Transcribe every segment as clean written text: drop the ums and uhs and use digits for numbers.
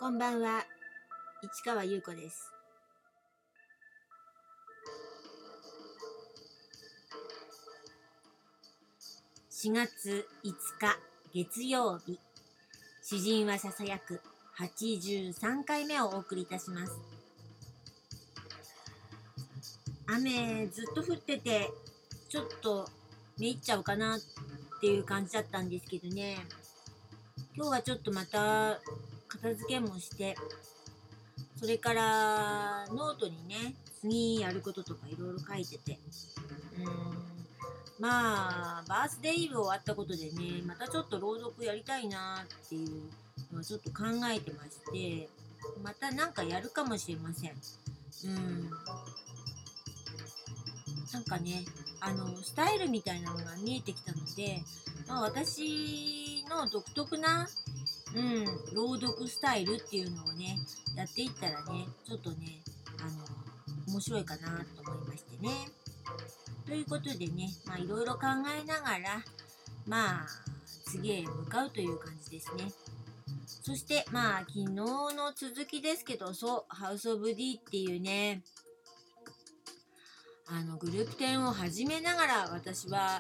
こんばんは、市川優子です。4月5日月曜日、詩人はささやく83回目をお送りいたします。雨ずっと降ってて、ちょっとめいっちゃうかなっていう感じだったんですけどね、今日はちょっとまた片付けもして、それからノートにね、次やることとかいろいろ書いてて、まあバースデーイブ終わったことでね、またちょっと朗読やりたいなっていうのはちょっと考えてまして、またなんかやるかもしれません。なんかね、スタイルみたいなのが見えてきたので、私の独特な、朗読スタイルっていうのをね、やっていったらね、ちょっとね、面白いかなと思いましてね。ということでね、いろいろ考えながら、次へ向かうという感じですね。そして、昨日の続きですけど、ハウスオブ D っていうね、グループ展を始めながら私は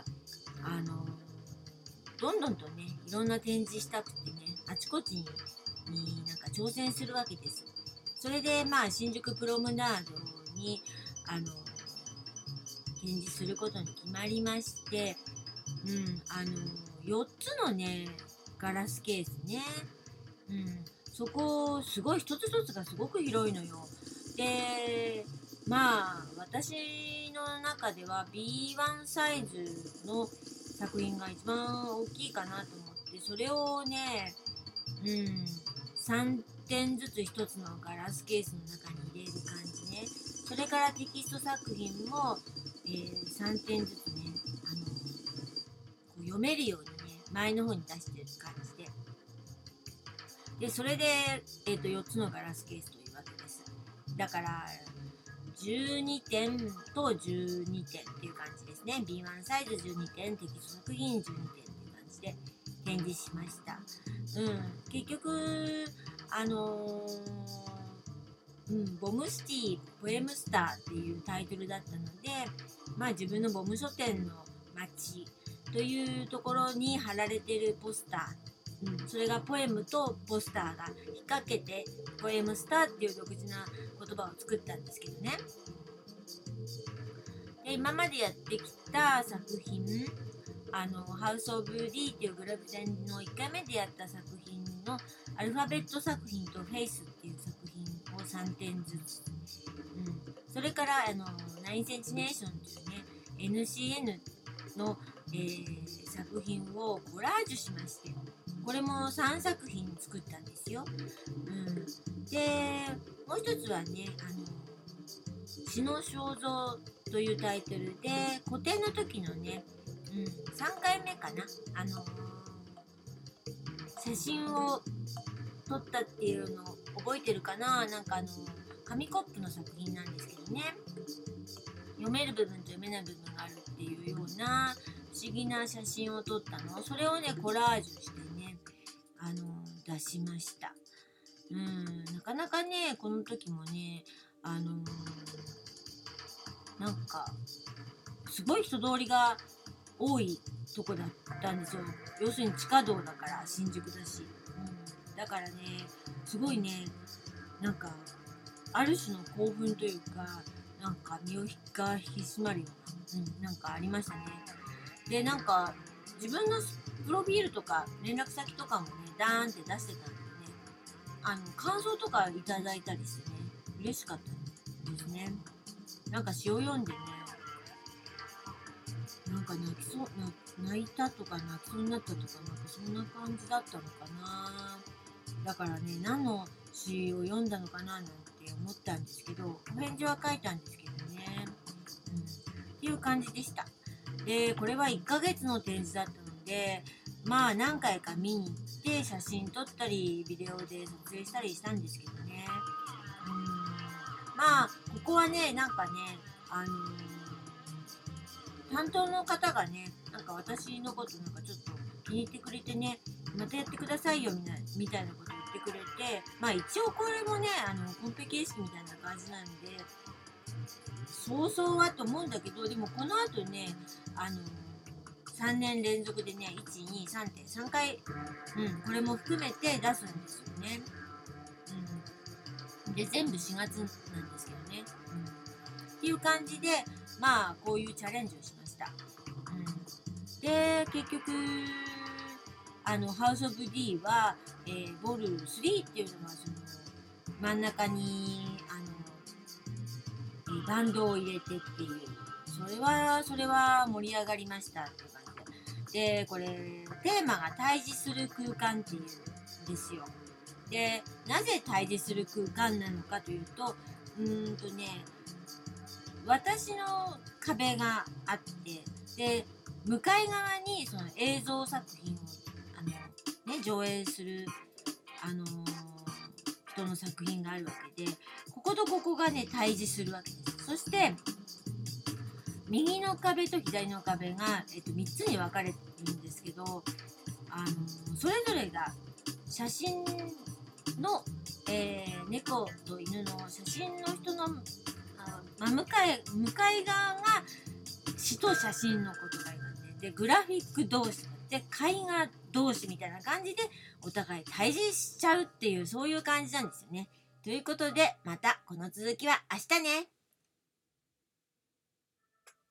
どんどんとねいろんな展示したくてねあちこちになんか挑戦するわけです。それで新宿プロムナードに展示することに決まりまして、4つのねガラスケースね、そこすごい一つ一つがすごく広いのよ。で私の中では B1 サイズの作品が一番大きいかなと思って、それをね、3点ずつ1つのガラスケースの中に入れる感じね。それからテキスト作品も、3点ずつね、こう読めるようにね、前の方に出してる感じで。で、それで、4つのガラスケースというわけです。だから、12点と12点っていう感じですね。B1 サイズ12点、テキスト作品12点っていう感じで展示しました。結局、ボムシティポエムスターっていうタイトルだったので、自分のボム書店の街というところに貼られてるポスター、それがポエムとポスターが引っ掛けてポエムスターっていう独自な言葉を作ったんですけどね。で今までやってきた作品、ハウスオブ D っていうグループ展の1回目でやった作品のアルファベット作品とフェイスっていう作品を3点ずつ、それから9センチネーションというね NCN の、作品をコラージュしまして、これも3作品作ったんですよ。でもう一つはね詩の肖像というタイトルで個展の時のね、3回目かな写真を撮ったっていうのを覚えてるかな。なんか紙コップの作品なんですけどね、読める部分と読めない部分があるっていうような不思議な写真を撮ったの、それをねコラージュしてね出しました。なかなかねこの時もねなんかすごい人通りが多いとこだったんですよ。要するに地下道だから新宿だし、だからねすごいねなんかある種の興奮というか、なんか身をが引き締まるような、なんかありましたね。でなんか自分のプロフィールとか連絡先とかもねダーンって出してたんでね、感想とかいただいたりしてね嬉しかったですね。なんか詩を読んでね、なんか泣いたとか泣きそうになったとか、なんかそんな感じだったのかな。だからね何の詩を読んだのかななんて思ったんですけど、お返事は書いたんですけどね、っていう感じでした。でこれは1ヶ月の展示だったので、何回か見に行って写真撮ったりビデオで撮影したりしたんですけどね、ここはねなんかね担当の方がねなんか私のことなんかちょっと気に入ってくれてね、またやってくださいよみたいなこと言ってってくれて、まあ一応これもねコンペ形式みたいな感じなんでそうそうはと思うんだけど、でもこの後ね3年連続でね123って3回、これも含めて出すんですよね。で全部4月なんですけどね、っていう感じでまあこういうチャレンジをしました。で結局ハウス・オブ・ディは、ボル3っていうのがその真ん中にバンドを入れてっていうそれは盛り上がりましたっていう感じで、これテーマが対峙する空間っていうんですよ。でなぜ対峙する空間なのかというと私の壁があってで向かい側にその映像作品を上映する人の作品があるわけで、こことここがね対峙するわけです。そして右の壁と左の壁が、3つに分かれてるんですけど、それぞれが写真の、猫と犬の写真の人の向かい側が詩と写真のことがいなんで、グラフィック同士で絵画同士みたいな感じでお互い対峙しちゃうっていうそういう感じなんですよね。ということでまたこの続きは明日ね。